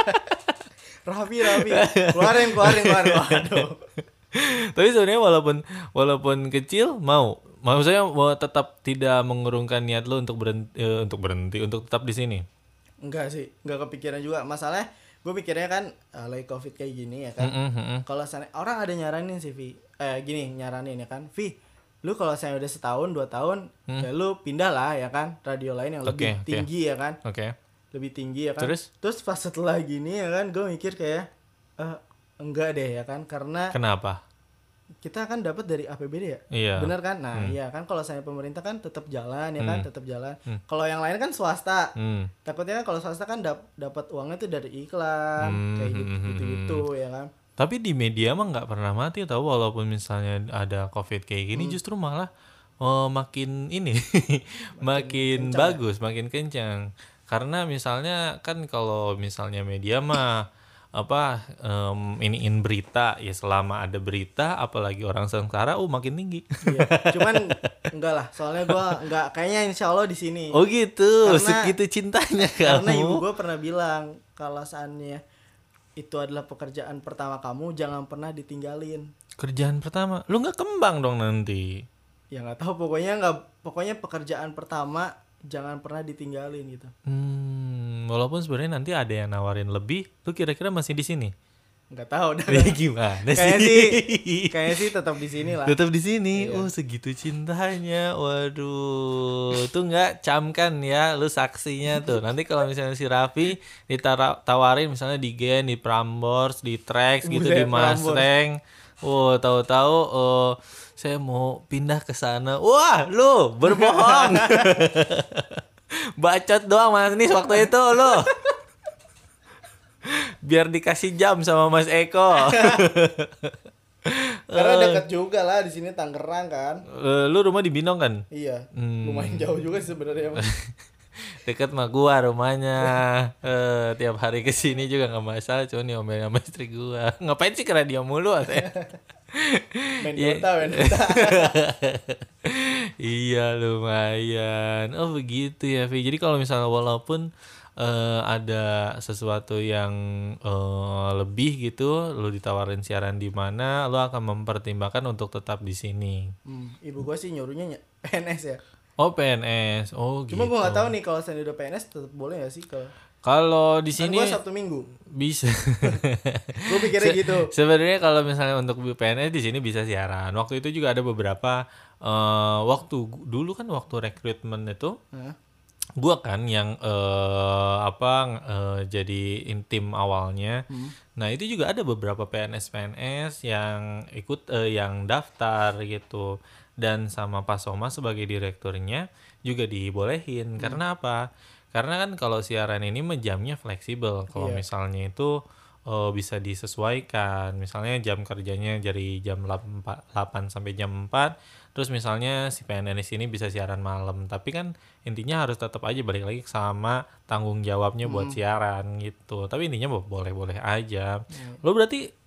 Rapi Rapi. Keluarin keluarin keluarin. Waduh. Tapi sebenarnya walaupun walaupun kecil mau, maksudnya mau tetap tidak mengurungkan niat lu untuk berhenti, eh, untuk berhenti, untuk tetap di sini. Enggak sih, enggak kepikiran juga. Masalahnya gue pikirnya kan uh, lagi covid kayak gini ya kan. Mm-mm, mm-mm. Kalau sana orang ada nyaranin sih Vi, eh gini nyaranin ya kan, Vi, lu kalau saya udah setahun dua tahun, ya lu pindah lah ya kan, radio lain yang Oke, lebih oke. tinggi ya kan, Oke. lebih tinggi ya kan. Terus? Terus pas setelah gini ya kan, gue mikir kayak eh enggak deh ya kan, karena Kenapa? kita kan dapat dari A P B D ya, Iya. bener kan? Nah iya kan, kalau saya pemerintah kan tetap jalan ya kan, tetap jalan. Kalau yang lain kan swasta. Hmm. Takutnya kan kalau swasta kan dap- dapat uangnya tuh dari iklan kayak gitu gitu ya kan. Tapi di media mah nggak pernah mati tau, walaupun misalnya ada covid kayak gini, justru malah oh, makin ini makin, bagus, makin kencang. Karena misalnya kan kalau misalnya media mah apa em, iniin berita ya, selama ada berita apalagi orang sengsara oh makin tinggi. Iya. Cuman enggak lah, soalnya gua enggak, kayaknya insya Allah di sini. Oh gitu, Karena- segitu cintanya Karena ibu kamu. gua pernah bilang kalau seandainya itu adalah pekerjaan pertama kamu, jangan pernah ditinggalin. Kerjaan pertama, lu nggak kembang dong nanti. Ya nggak tahu, pokoknya nggak, pokoknya pekerjaan pertama jangan pernah ditinggalin gitu. Hmm, walaupun sebenarnya nanti ada yang nawarin lebih, lu kira-kira masih di sini? Nggak tahu dah. Ya gimana sih? Kayaknya sih, kayaknya sih tetap di sini lah. Tetap di sini. Oh, segitu cintanya. Waduh. Tuh nggak camkan ya, lu saksinya tuh. Nanti kalau misalnya si Raffi ditawarin misalnya di Gen, di Prambors, di Trax gitu, Buset, di Mustang. Oh, tahu-tahu oh, saya mau pindah ke sana. Wah, lu berbohong. Bacot doang Mas Nis waktu itu lu. Biar dikasih jam sama Mas Eko. Karena dekat juga lah di sini, Tangerang kan. Eh, lu rumah di Binong kan? Iya. Hmm. Lumayan jauh juga sih sebenarnya. Mas. Deket mah gua rumahnya. Eh, tiap hari ke sini juga nggak masalah, cuma diomelin sama istri gua. Ngapain sih ke radio mulu katanya? Main Iya. Dota, main Dota. Iya lumayan. Oh begitu ya Vi. Jadi kalau misalnya walaupun eh, ada sesuatu yang eh, lebih gitu, lu ditawarin siaran di mana, lu akan mempertimbangkan untuk tetap di sini. Hmm, ibu gua sih nyuruhnya ny- P N S ya. Oh P N S. Oh gitu. Cuma gua nggak tahu nih kalau saya udah P N S tetap boleh nggak sih kalau. Kalau di Kan sini gua Sabtu Minggu. bisa. Gua pikirnya Se- gitu. Sebenarnya kalau misalnya untuk P N S di sini bisa siaran. Waktu itu juga ada beberapa eh, waktu dulu kan waktu rekrutmen itu Hah? gua kan yang eh, apa eh, jadi in- tim awalnya. Nah, itu juga ada beberapa P N S P N S yang ikut eh, yang daftar gitu. Dan sama Pak Soma sebagai direkturnya juga dibolehin. Karena apa? Karena kan kalau siaran ini mah jamnya fleksibel. Kalau Iya. misalnya itu eh, bisa disesuaikan. Misalnya jam kerjanya dari jam delapan sampai jam empat. Terus misalnya si P N S ini bisa siaran malam. Tapi kan intinya harus tetap aja balik lagi sama tanggung jawabnya buat siaran gitu. Tapi intinya bo- boleh-boleh aja. Lo berarti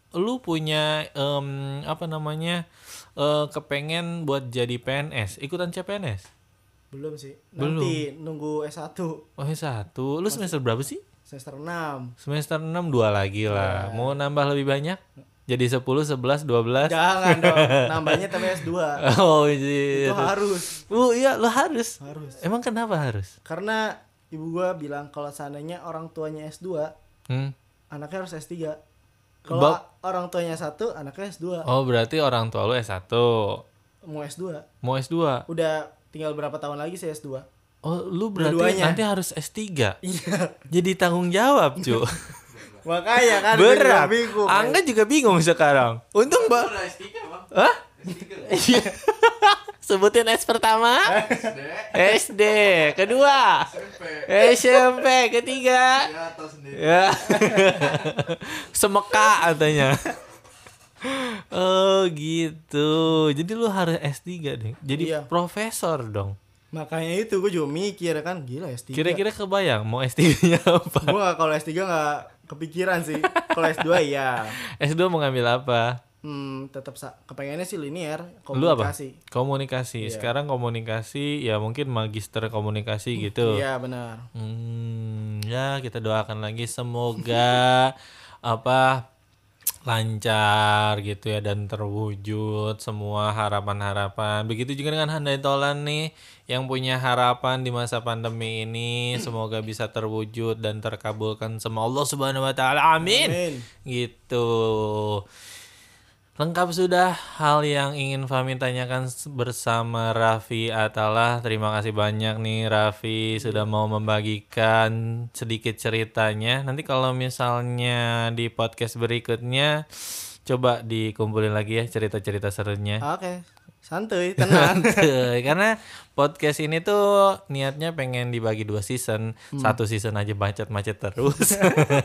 lu punya em, apa namanya eh, kepengen buat jadi P N S, ikutan C P N S? Belum sih. Belum. Nanti nunggu S satu Oh S satu, lu semester berapa sih? semester enam. Semester enam dua lagi lah. Mau nambah lebih banyak? Jadi sepuluh, sebelas, dua belas? Jangan dong. Nambahnya tapi S dua. Oh iya. Itu harus. Oh iya lo harus. Harus. Emang kenapa harus? Karena ibu gua bilang kalau seandainya orang tuanya S dua, Hmm. anaknya harus S tiga. Kalau Bab- orang tuanya satu, anaknya S dua. Oh berarti orang tua lu S satu, Mau S dua. mau S dua. Udah tinggal berapa tahun lagi sih S dua? Oh lu berarti Dua-duanya. nanti harus S tiga. Iya. Jadi tanggung jawab cu. Makanya kan gua juga Berat. bingung. Angga juga bingung sekarang. Untung bang. Udah S tiga bang. Hah? S tiga. Iya. Sebutin S pertama. S D. S D. Kedua. S M P. S M P. Ketiga. Ya atau sendiri. Ya. Semeka katanya. Oh gitu. Jadi lu harus S tiga deh. Jadi Iya. profesor dong. Makanya itu gue juga mikir kan, gila S tiga. Kira-kira kebayang mau S tiga-nya apa? Gue gak, kalau S tiga gak kepikiran sih. Kalau S dua iya. S dua mau ngambil apa? Hmm, tetap sa- kepengennya sih linear, Lu apa? komunikasi. Komunikasi. Iya. Sekarang komunikasi ya mungkin magister komunikasi gitu. Iya, benar. Hmm, ya kita doakan lagi semoga apa lancar gitu ya dan terwujud semua harapan-harapan. Begitu juga dengan Handai Tolan nih yang punya harapan di masa pandemi ini semoga bisa terwujud dan terkabulkan sama Allah Subhanahu wa taala. Amin. Amin. Gitu. Lengkap sudah hal yang ingin Fahmi tanyakan s- bersama Raffi Atalah. Terima kasih banyak nih Raffi sudah mau membagikan sedikit ceritanya. Nanti kalau misalnya di podcast berikutnya coba dikumpulin lagi ya cerita-cerita serunya. Oke. Santuy, tenang. Karena podcast ini tuh niatnya pengen dibagi dua season. Satu season aja macet-macet terus.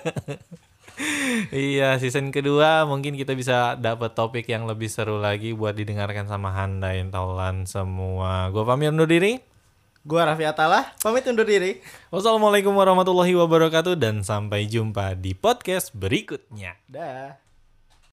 Iya, season kedua mungkin kita bisa dapat topik yang lebih seru lagi buat didengarkan sama Handai Tolan semua. Gua pamit undur diri. Gue Raffi Atalah, pamit undur diri. Wassalamualaikum warahmatullahi wabarakatuh dan sampai jumpa di podcast berikutnya. Dah.